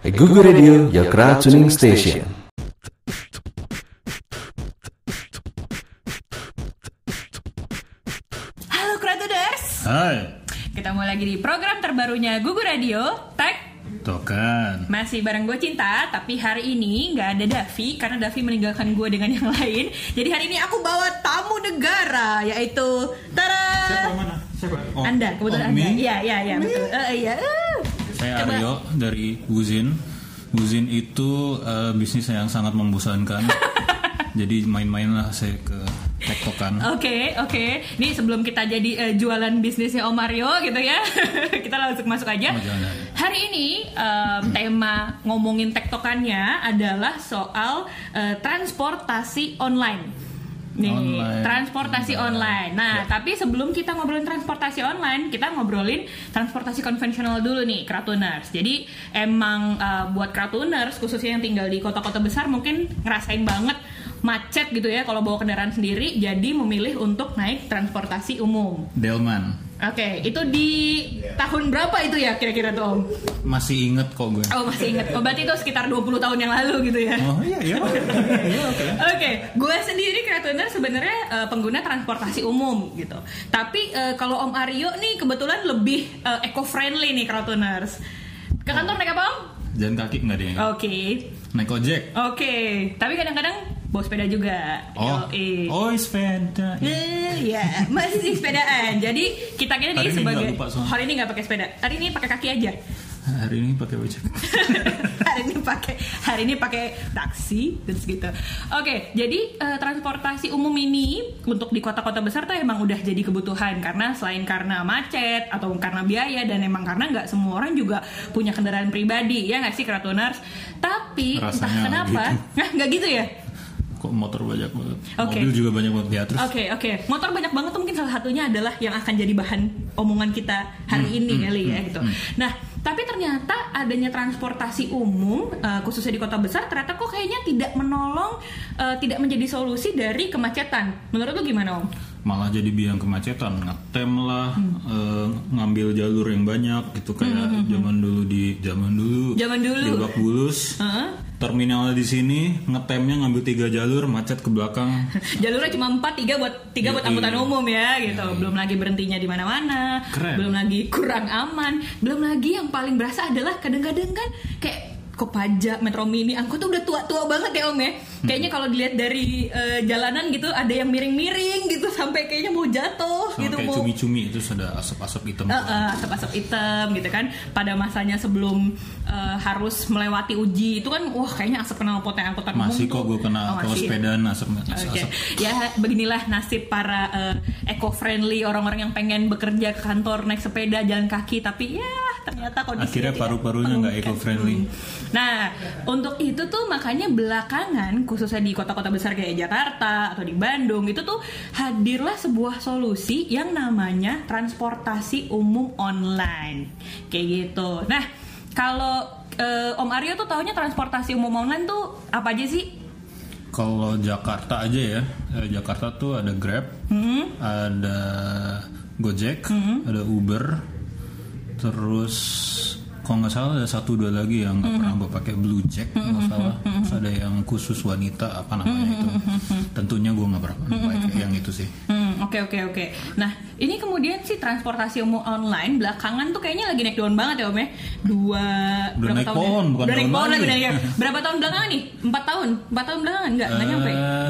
Google Radio, your crowd tuning station. Halo Crowdtuners. Hai. Ketemu lagi di program terbarunya Google Radio, Tech Tokan. Masih bareng gue Cinta, tapi hari ini nggak ada Davi karena Davi meninggalkan gue dengan yang lain. Jadi hari ini aku bawa tamu negara, yaitu Tara. Siapa mana? Siapa? Oh, Anda, kebetulan Anda. Iya, betul. Iya. Saya Coba. Aryo dari Wuzin. Wuzin itu bisnis yang sangat membosankan. Jadi main-mainlah saya ke Tektokan. Oke. Ini sebelum kita jadi jualan bisnisnya Om Mario gitu ya, kita langsung masuk aja. Hari ini tema ngomongin Tektokannya adalah soal transportasi online. Nih, transportasi online. Nah, tapi sebelum kita ngobrolin transportasi online, kita ngobrolin transportasi konvensional dulu nih, Crowdtuners. Jadi emang buat Crowdtuners khususnya yang tinggal di kota-kota besar mungkin ngerasain banget macet gitu ya kalau bawa kendaraan sendiri, jadi memilih untuk naik transportasi umum. Delman. Oke, itu di tahun berapa itu ya kira-kira tuh Om? Masih inget kok gue. Oh, masih inget. Oh, berarti itu sekitar 20 tahun yang lalu gitu ya? Oh iya. Oke, gue sendiri Crowdtuners sebenarnya pengguna transportasi umum gitu. Tapi kalau Om Aryo nih kebetulan lebih eco-friendly nih Crowdtuners. Ke kantor naik apa Om? Jalan kaki nggak dia? Oke. Naik ojek. Oke, tapi kadang-kadang bawa sepeda juga. Oh, sepeda. Iya, masih sepedaan. Jadi kita nih Hari ini sebagai nggak lupa soalnya. hari ini nggak pakai sepeda. Hari ini pakai kaki aja. Hari ini pakai ojek. hari ini pakai taksi terus gitu. Oke, jadi transportasi umum ini untuk di kota-kota besar tuh emang udah jadi kebutuhan karena selain karena macet atau karena biaya dan emang karena nggak semua orang juga punya kendaraan pribadi ya nggak sih Crowdtuners? Tapi Rasanya entah kenapa, gitu. nah nggak gitu ya. Kok motor banyak banget. Oke. Mobil juga banyak banget ya terus. Oke. Motor banyak banget tuh mungkin salah satunya adalah yang akan jadi bahan omongan kita hari ini kali ya gitu. Nah, tapi ternyata adanya transportasi umum khususnya di kota besar ternyata kok kayaknya tidak menolong, tidak menjadi solusi dari kemacetan. Menurut lu gimana Om? Malah jadi biang kemacetan, ngetem lah, ngambil jalur yang banyak gitu kayak zaman dulu di Lebak Bulus. Terminalnya di sini, ngetemnya ngambil 3 jalur, macet ke belakang. Jalurnya cuma 3 buat angkutan umum ya gitu. Belum lagi berhentinya di mana-mana. Keren. Belum lagi kurang aman. Belum lagi yang paling berasa adalah kadang-kadang kan kayak Kopaja, Metro Mini, angkot tuh udah tua-tua banget ya Om ya. Kayaknya kalau dilihat dari jalanan gitu ada yang miring-miring gitu sampai kayaknya mau jatuh gitu. Kayak cumi-cumi itu sudah asap-asap hitam. Asap-asap hitam gitu kan. Pada masanya sebelum harus melewati uji itu kan wah kayaknya asap knalpotnya angkutan umum. Masih kok gue kena kalau sepedaan asap. Ya beginilah nasib para eco-friendly orang-orang yang pengen bekerja ke kantor naik sepeda jalan kaki tapi ya ternyata kondisinya akhirnya paru-parunya nggak eco-friendly. Nah, untuk itu tuh makanya belakangan khususnya di kota-kota besar kayak Jakarta atau di Bandung itu tuh hadirlah sebuah solusi yang namanya transportasi umum online. Kayak gitu. Nah, kalau Om Aryo tuh taunya transportasi umum online tuh apa aja sih? Kalau Jakarta aja ya, Jakarta tuh ada Grab, ada Gojek, ada Uber, terus kalau nggak salah ada 1-2 lagi yang nggak pernah gue pakai, Blue Jack nggak salah. Terus ada yang khusus wanita apa namanya itu. Tentunya gue nggak pernah pakai yang itu sih. Oke. Nah, ini kemudian sih transportasi umum online belakangan tuh kayaknya lagi naik daun banget ya Om ya. Udah naik pohon, bukan daun lagi. Berapa tahun belakangan nih? 4 tahun belakangan nggak nyampe.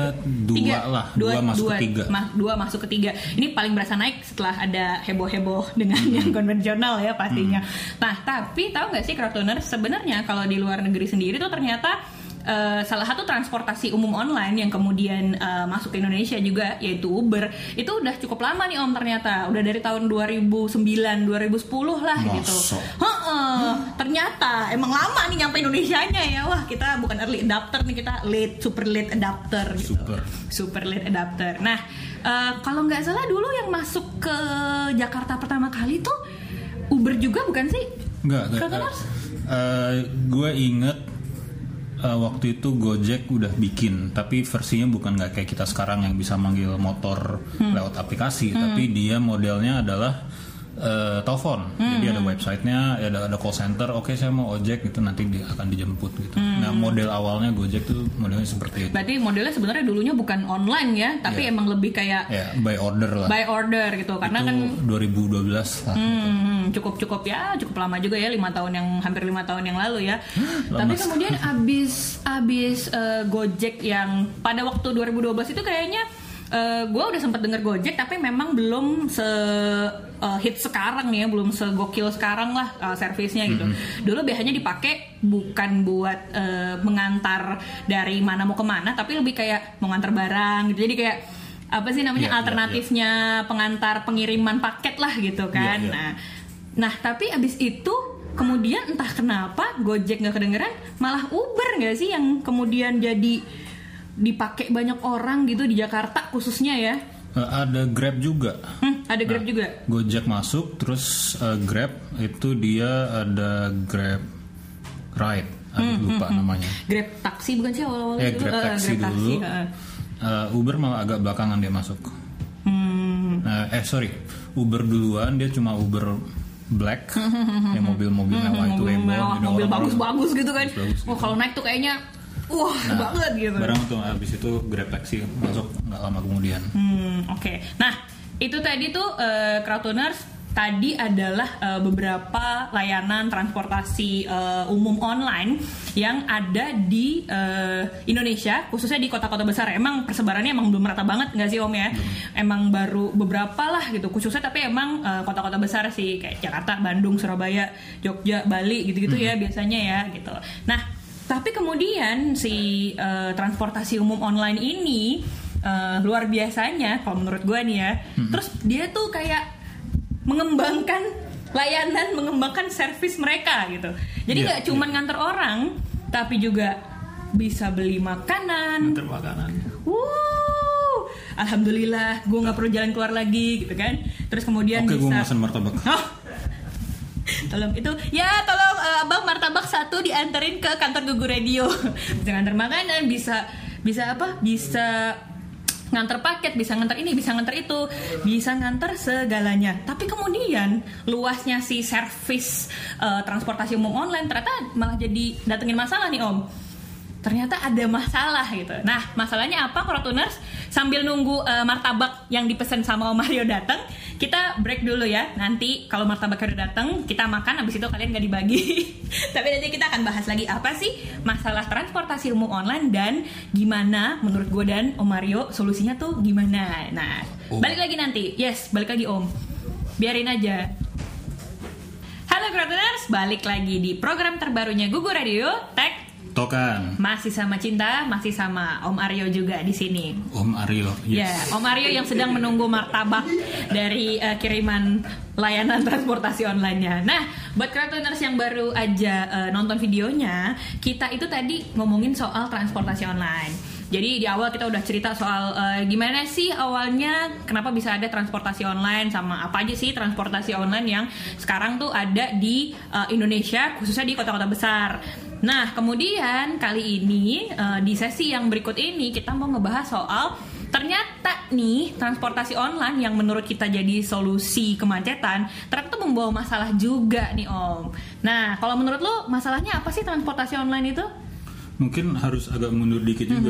2 masuk ke 3. 2 masuk ke 3. Ini paling berasa naik setelah ada heboh-heboh dengan yang konvensional ya pastinya. Nah, tapi tahu nggak sih Crowdtuners sebenarnya kalau di luar negeri sendiri tuh ternyata salah satu transportasi umum online yang kemudian masuk ke Indonesia juga yaitu Uber itu udah cukup lama nih Om ternyata udah dari tahun 2009 2010 lah gitu. Ternyata emang lama nih nyampe Indonesianya ya. Wah, kita bukan early adapter nih, kita super late adapter gitu. Super late adapter. Nah, kalau nggak salah dulu yang masuk ke Jakarta pertama kali tuh Uber juga bukan sih? Enggak. Gue inget waktu itu Gojek udah bikin, tapi versinya bukan nggak kayak kita sekarang yang bisa manggil motor lewat aplikasi, tapi dia modelnya adalah telepon. Jadi ada websitenya, ada call center. Oke, saya mau ojek, itu nanti akan dijemput gitu. Nah, model awalnya Gojek tuh modelnya seperti itu. Berarti modelnya sebenarnya dulunya bukan online ya, tapi emang lebih kayak by order lah. By order gitu, karena itu kan 2012 lah. Cukup lama juga ya, hampir 5 tahun yang lalu ya. Lama Tapi kemudian abis Gojek yang pada waktu 2012 itu kayaknya gue udah sempat denger Gojek, tapi memang belum hit sekarang ya, belum segokil sekarang lah servisnya gitu. Dulu biasanya dipakai bukan buat mengantar dari mana mau kemana, tapi lebih kayak mau ngantar barang gitu. Jadi kayak apa sih namanya alternatifnya pengantar pengiriman paket lah gitu kan. Nah tapi abis itu kemudian entah kenapa Gojek nggak kedengeran, malah Uber nggak sih yang kemudian jadi dipakai banyak orang gitu di Jakarta khususnya ya. Ada Grab juga. Ada Grab juga. Gojek masuk, terus Grab itu dia ada Grab Ride, lupa namanya. Grab taksi bukan sih awal-awal Grab taksi dulu. Uber malah agak belakangan dia masuk. Uber duluan, dia cuma Uber Black, yang mobil-mobil mewah itu mobil bagus-bagus gitu kan. Kalau naik tuh kayaknya banget gitu. Barang tuh habis itu Grab taksi masuk nggak lama kemudian. Oke. Nah itu tadi tuh Crowdtuners tadi adalah beberapa layanan transportasi umum online yang ada di Indonesia, khususnya di kota-kota besar. Emang persebarannya emang belum merata banget nggak sih Om ya? Emang baru beberapa lah gitu khususnya, tapi emang kota-kota besar sih kayak Jakarta, Bandung, Surabaya, Jogja, Bali gitu-gitu ya biasanya ya gitu. Nah tapi kemudian si transportasi umum online ini luar biasanya kalau menurut gue nih ya. Terus dia tuh kayak mengembangkan layanan, mengembangkan servis mereka gitu. Jadi nggak cuman nganter orang, tapi juga bisa beli makanan. Nganter makanan. Alhamdulillah, gue nggak perlu jalan keluar lagi gitu kan. Terus kemudian gue bisa. pesan martabak. Tolong abang martabak 1 dianterin ke kantor Gugu Radio. Bisa nganter makanan, bisa nganter paket, bisa nganter ini, bisa nganter itu, bisa nganter segalanya. Tapi kemudian luasnya si servis transportasi umum online ternyata malah jadi datengin masalah nih Om. Ternyata ada masalah gitu. Nah masalahnya apa Crowdtuners? Sambil nunggu martabak yang dipesan sama Om Mario datang, kita break dulu ya. Nanti kalau martabaknya udah datang, kita makan, habis itu kalian gak dibagi. Tapi nanti kita akan bahas lagi apa sih masalah transportasi umum online dan gimana menurut gue dan Om Mario solusinya tuh gimana. Nah balik lagi nanti. Yes, balik lagi Om. Biarin aja. Halo Crowdtuners, balik lagi di program terbarunya Gugu Radio Tech Tokan. Masih sama Cinta, masih sama Om Aryo juga di sini. Om Aryo, yes. Ya, Om Aryo yang sedang menunggu martabak dari kiriman layanan transportasi online-nya. Nah, buat Crowdtuners yang baru aja nonton videonya, kita itu tadi ngomongin soal transportasi online. Jadi di awal kita udah cerita soal gimana sih awalnya kenapa bisa ada transportasi online, sama apa aja sih transportasi online yang sekarang tuh ada di Indonesia, khususnya di kota-kota besar. Nah kemudian kali ini di sesi yang berikut ini kita mau ngebahas soal ternyata nih transportasi online yang menurut kita jadi solusi kemacetan ternyata tuh membawa masalah juga nih Om. Nah kalau menurut lo masalahnya apa sih transportasi online itu? Mungkin harus agak mundur dikit juga.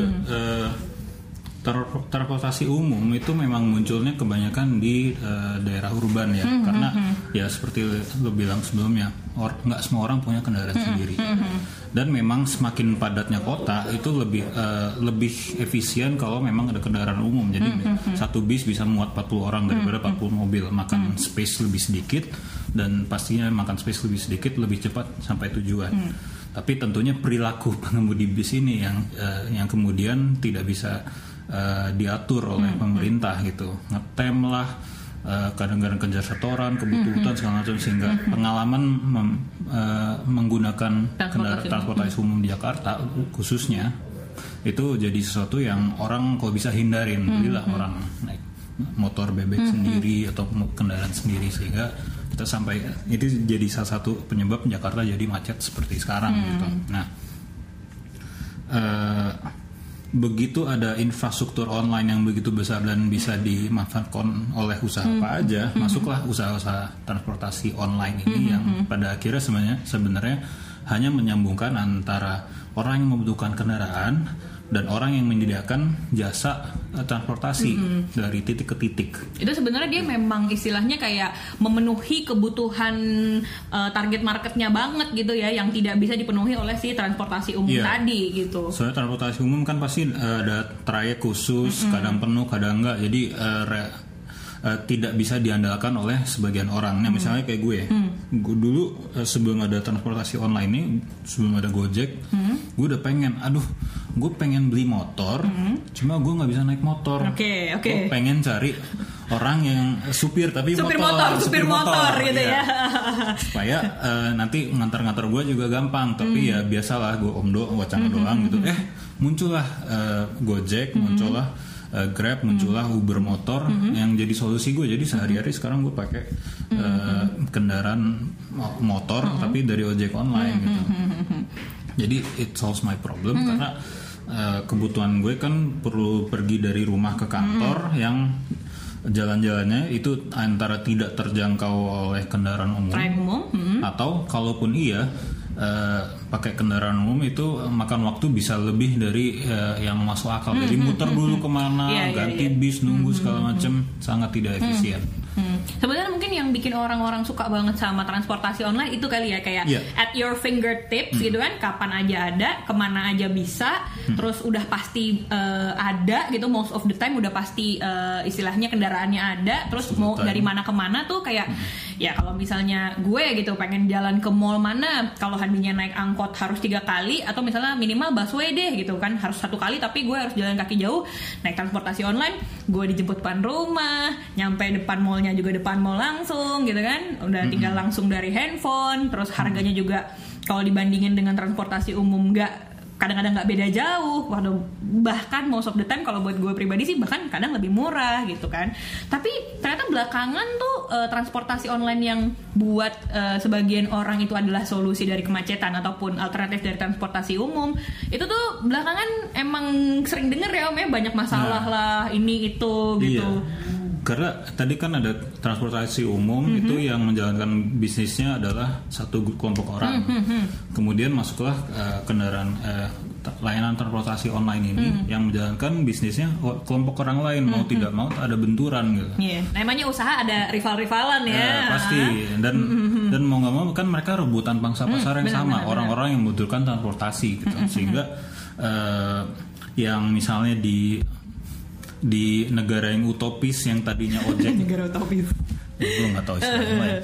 Transportasi umum itu memang munculnya kebanyakan di daerah urban ya, karena ya seperti lo bilang sebelumnya, nggak semua orang punya kendaraan sendiri. Dan memang semakin padatnya kota itu lebih efisien kalau memang ada kendaraan umum. Jadi satu bis bisa muat 40 orang daripada 40 mobil, makan space lebih sedikit dan pastinya makan space lebih sedikit, lebih cepat sampai tujuan. Tapi tentunya perilaku pengemudi bis ini yang kemudian tidak bisa diatur oleh pemerintah gitu. Ngetem lah, kadang-kadang kejar setoran, kebutuhan segala macam, sehingga pengalaman menggunakan kendaraan transportasi umum di Jakarta khususnya itu jadi sesuatu yang orang kalau bisa hindarin. Belilah orang naik motor bebek sendiri atau kendaraan sendiri, sehingga kita sampai itu jadi salah satu penyebab Jakarta jadi macet seperti sekarang gitu. Nah begitu ada infrastruktur online yang begitu besar dan bisa dimanfaatkan oleh usaha apa aja, masuklah usaha-usaha transportasi online ini yang pada akhirnya sebenarnya hanya menyambungkan antara orang yang membutuhkan kendaraan dan orang yang menyediakan jasa transportasi dari titik ke titik. Itu sebenarnya dia memang istilahnya kayak memenuhi kebutuhan target marketnya banget gitu ya, yang tidak bisa dipenuhi oleh si transportasi umum tadi gitu. Soalnya transportasi umum kan pasti ada trayek khusus, kadang penuh, kadang enggak. Jadi tidak bisa diandalkan oleh sebagian orang. Nah misalnya kayak gue dulu sebelum ada transportasi online ini, sebelum ada Gojek, gue udah gue pengen beli motor, cuma gue nggak bisa naik motor. Oke. Gue pengen cari orang yang supir supir motor gitu ya. Supaya nanti ngantar-ngantar gue juga gampang. Tapi ya biasalah gue wacana doang gitu. Muncullah Gojek, muncullah Grab, muncullah Uber motor yang jadi solusi gue. Jadi sehari-hari sekarang gue pakai kendaraan motor tapi dari ojek online gitu. Jadi it solves my problem karena kebutuhan gue kan perlu pergi dari rumah ke kantor yang jalan-jalannya itu antara tidak terjangkau oleh kendaraan umum. Atau kalaupun iya pakai kendaraan umum itu makan waktu bisa lebih dari yang masuk akal. Jadi muter dulu kemana, ganti bis, nunggu segala macam, sangat tidak efisien. Sebenarnya mungkin yang bikin orang-orang suka banget sama transportasi online itu kali ya, kayak at your fingertips gitu kan, kapan aja ada, kemana aja bisa, terus udah pasti ada gitu, most of the time udah pasti istilahnya kendaraannya ada, terus mau dari mana ke mana tuh kayak ya kalau misalnya gue gitu pengen jalan ke mall mana, kalau hadinya naik angkot harus 3 kali atau misalnya minimal busway deh gitu kan, harus 1 kali tapi gue harus jalan kaki jauh. Naik transportasi online gue dijemput depan rumah, nyampe depan mallnya juga depan mall langsung gitu kan, udah tinggal langsung dari handphone. Terus harganya juga kalau dibandingin dengan transportasi umum kadang-kadang nggak beda jauh. Waduh, bahkan most of the time kalau buat gue pribadi sih bahkan kadang lebih murah gitu kan. Tapi ternyata belakangan tuh transportasi online yang buat sebagian orang itu adalah solusi dari kemacetan ataupun alternatif dari transportasi umum, itu tuh belakangan emang sering denger ya Om ya, banyak masalah lah ini itu gitu. Karena tadi kan ada transportasi umum itu yang menjalankan bisnisnya adalah satu kelompok orang. Kemudian masuklah kendaraan layanan transportasi online ini yang menjalankan bisnisnya kelompok orang lain. Mau tidak mau ada benturan gitu. Namanya usaha ada rival-rivalan ya. Pasti. Dan mau nggak mau kan mereka rebutan pangsa pasar yang sama. Orang-orang yang membutuhkan transportasi gitu. Sehingga yang misalnya di negara yang utopis yang tadinya ojek negara utopis gue nggak tahu istilahnya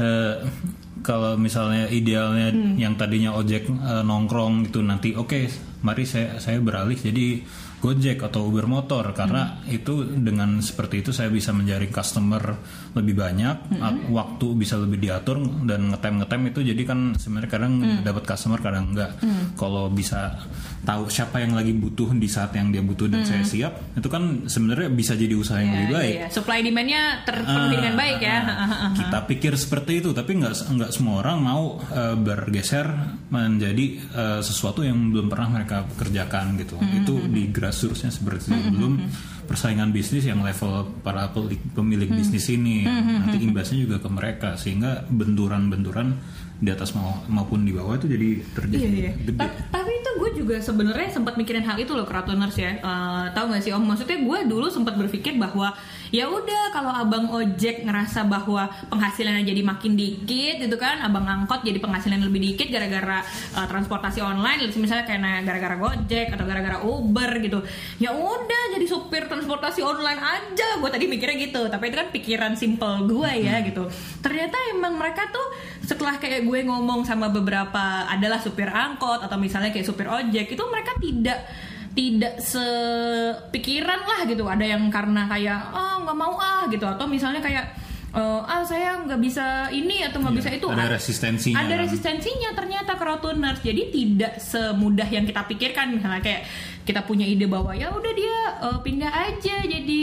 kalau misalnya idealnya yang tadinya ojek nongkrong gitu nanti mari saya beralih jadi Gojek atau Uber motor, karena itu dengan seperti itu saya bisa menjaring customer lebih banyak, waktu bisa lebih diatur dan ngetem itu jadi kan sebenarnya kadang dapat customer kadang enggak. Kalau bisa tahu siapa yang lagi butuh di saat yang dia butuh dan saya siap, itu kan sebenarnya bisa jadi usaha yang lebih baik. Supply demand-nya terpenuhi dengan baik ya. Kita pikir seperti itu, tapi nggak semua orang mau bergeser menjadi sesuatu yang belum pernah mereka kerjakan gitu. Itu di grassrootsnya seperti itu. Belum persaingan bisnis yang level para pemilik bisnis ini, nanti imbasnya juga ke mereka, sehingga benturan-benturan di atas maupun di bawah itu jadi terjadi. Tapi itu gue juga sebenarnya sempat mikirin hal itu loh, Kratoners ya. Tahu nggak sih Om? Maksudnya gue dulu sempat berpikir bahwa ya udah kalau abang ojek ngerasa bahwa penghasilannya jadi makin dikit gitu kan, abang angkot jadi penghasilan lebih dikit gara-gara transportasi online, misalnya kayak gara-gara Gojek atau gara-gara Uber gitu. Ya udah jadi supir transportasi online aja. Gue tadi mikirnya gitu, tapi itu kan pikiran simple gue ya gitu. Ternyata emang mereka tuh setelah kayak gue ngomong sama beberapa adalah supir angkot atau misalnya kayak supir ojek, itu mereka tidak sepikiran lah gitu. Ada yang karena kayak nggak mau gitu, atau misalnya kayak saya nggak bisa ini atau nggak bisa itu. Ada resistensinya. Ada resistensinya ternyata Kratoners. Jadi tidak semudah yang kita pikirkan. Misalnya kayak kita punya ide bahwa ya udah dia pindah aja jadi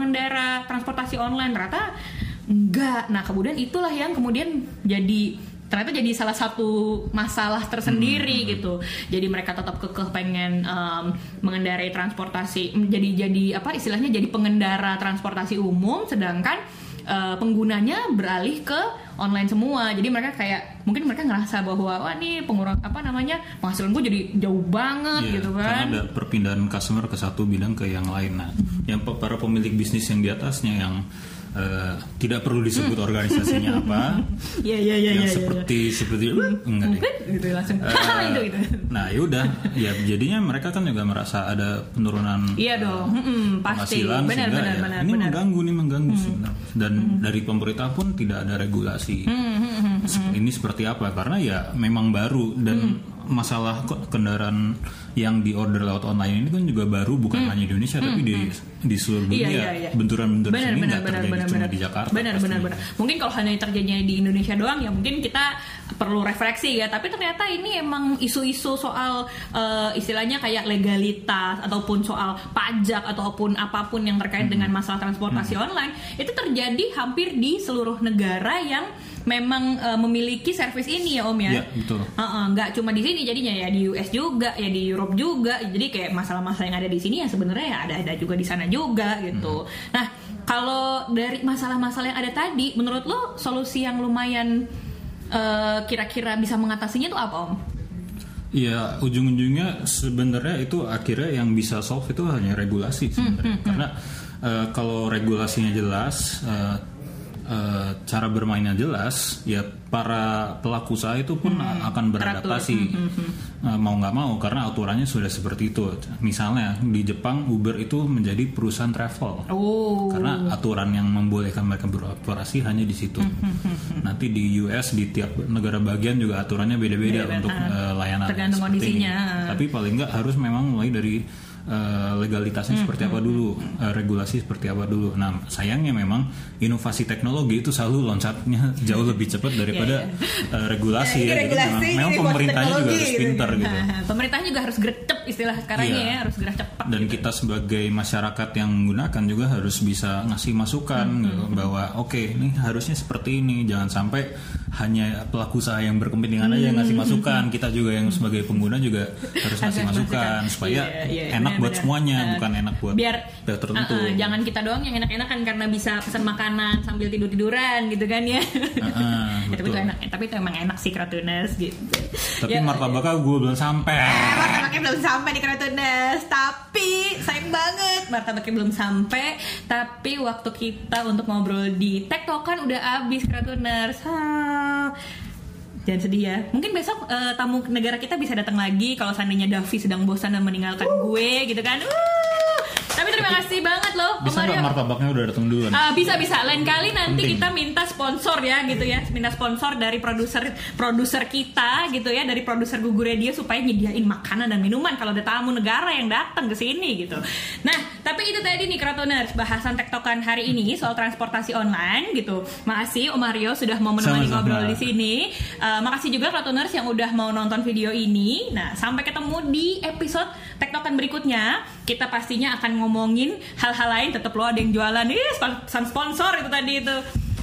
pengendara transportasi online, ternyata enggak. Nah kemudian itulah yang kemudian jadi ternyata jadi salah satu masalah tersendiri gitu. Jadi mereka tetap kekeh pengen mengendarai transportasi, jadi apa istilahnya, jadi pengendara transportasi umum, sedangkan penggunanya beralih ke online semua. Jadi mereka kayak mungkin mereka ngerasa bahwa wah nih penghasilan gue jadi jauh banget gitu kan. Karena ada perpindahan customer ke satu bidang ke yang lain. Nah, yang para pemilik bisnis yang di atasnya yang tidak perlu disebut organisasinya apa, yang seperti enggak deh. Gitu langsung itu. Nah yaudah, ya jadinya mereka kan juga merasa ada penurunan pasti. penghasilan, benar, ini mengganggu sebenarnya. Dan dari pemerintah pun tidak ada regulasi. Ini seperti apa? Karena ya memang baru dan masalah kendaraan yang diorder lewat online ini kan juga baru, bukan hanya di Indonesia tapi di seluruh dunia. Benturan-benturan ini nggak terjadi cuma di Jakarta. Benar. Mungkin kalau hanya terjadinya di Indonesia doang ya mungkin kita perlu refleksi ya. Tapi ternyata ini emang isu-isu soal istilahnya kayak legalitas ataupun soal pajak ataupun apapun yang terkait dengan masalah transportasi online itu terjadi hampir di seluruh negara yang memang memiliki servis ini ya Om ya. Iya betul. Nggak cuma di sini jadinya ya, di US juga ya, di Europe juga. Jadi kayak masalah-masalah yang ada di sini ya sebenarnya ya ada juga di sana juga gitu. Nah kalau dari masalah-masalah yang ada tadi, menurut lo solusi yang lumayan kira-kira bisa mengatasinya itu apa Om? Ya ujung-ujungnya sebenarnya itu akhirnya yang bisa solve itu hanya regulasi sebenarnya. Karena kalau regulasinya jelas, cara bermainnya jelas, ya para pelaku usaha itu pun akan beradaptasi mau nggak mau karena aturannya sudah seperti itu. Misalnya di Jepang Uber itu menjadi perusahaan travel karena aturan yang membolehkan mereka beroperasi hanya di situ. Nanti di US di tiap negara bagian juga aturannya beda-beda untuk layanan tergantung kondisinya. Tapi paling nggak harus memang mulai dari legalitasnya seperti apa dulu, regulasi seperti apa dulu. Nah sayangnya memang inovasi teknologi itu selalu loncatnya jauh lebih cepat daripada regulasi. Memang pemerintahnya juga harus pintar gitu. Pemerintahnya juga harus gercep istilah sekarang ya, harus gerak cepat. Dan kita sebagai masyarakat yang menggunakan juga harus bisa ngasih masukan gitu, bahwa ini harusnya seperti ini. Jangan sampai hanya pelaku usaha yang berkepentingan aja yang ngasih masukan. Kita juga yang sebagai pengguna juga harus ngasih masukan supaya enak buat semuanya, bukan enak buat biar tertentu. Jangan kita doang yang enak-enakan karena bisa pesan makanan sambil tidur-tiduran gitu kan ya. Tapi itu enak, tapi itu emang enak sih Kratuners gitu. Tapi martabaknya gue belum sampai. Martabaknya belum sampai di Kratuners, tapi sayang banget martabaknya belum sampai. Tapi waktu kita untuk ngobrol di TikTok udah habis Kratuners. Jangan sedih ya. Mungkin besok tamu negara kita bisa datang lagi kalau seandainya Davi sedang bosan dan meninggalkan gue gitu kan. Tapi terima kasih banget loh bisa nggak martabaknya udah datang duluan? Bisa. Lain kali nanti kita minta sponsor ya gitu ya. Minta sponsor dari produser kita gitu ya, dari produser Gugu Radio supaya nyediain makanan dan minuman kalau ada tamu negara yang datang ke sini gitu. Nah, tapi itu tadi nih Kratuners, bahasan tektokan hari ini soal transportasi online gitu. Makasih Om Mario sudah mau menemani ngobrol di sini. Makasih juga Kratuners yang udah mau nonton video ini. Nah, sampai ketemu di episode tektokan berikutnya. Kita pastinya akan ngomongin hal-hal lain. Tetap lo ada yang jualan sponsor itu tadi itu.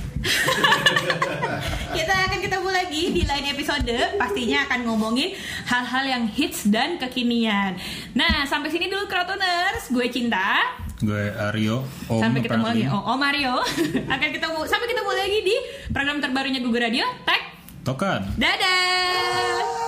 Kita akan ketemu lagi di lain episode. Pastinya akan ngomongin hal-hal yang hits dan kekinian. Nah sampai sini dulu Kratuners. Gue Cinta, gue Aryo. Sampai ketemu lagi. Om Mario. Sampai ketemu lagi di program terbarunya Gugu Radio Tektokan. Dadah.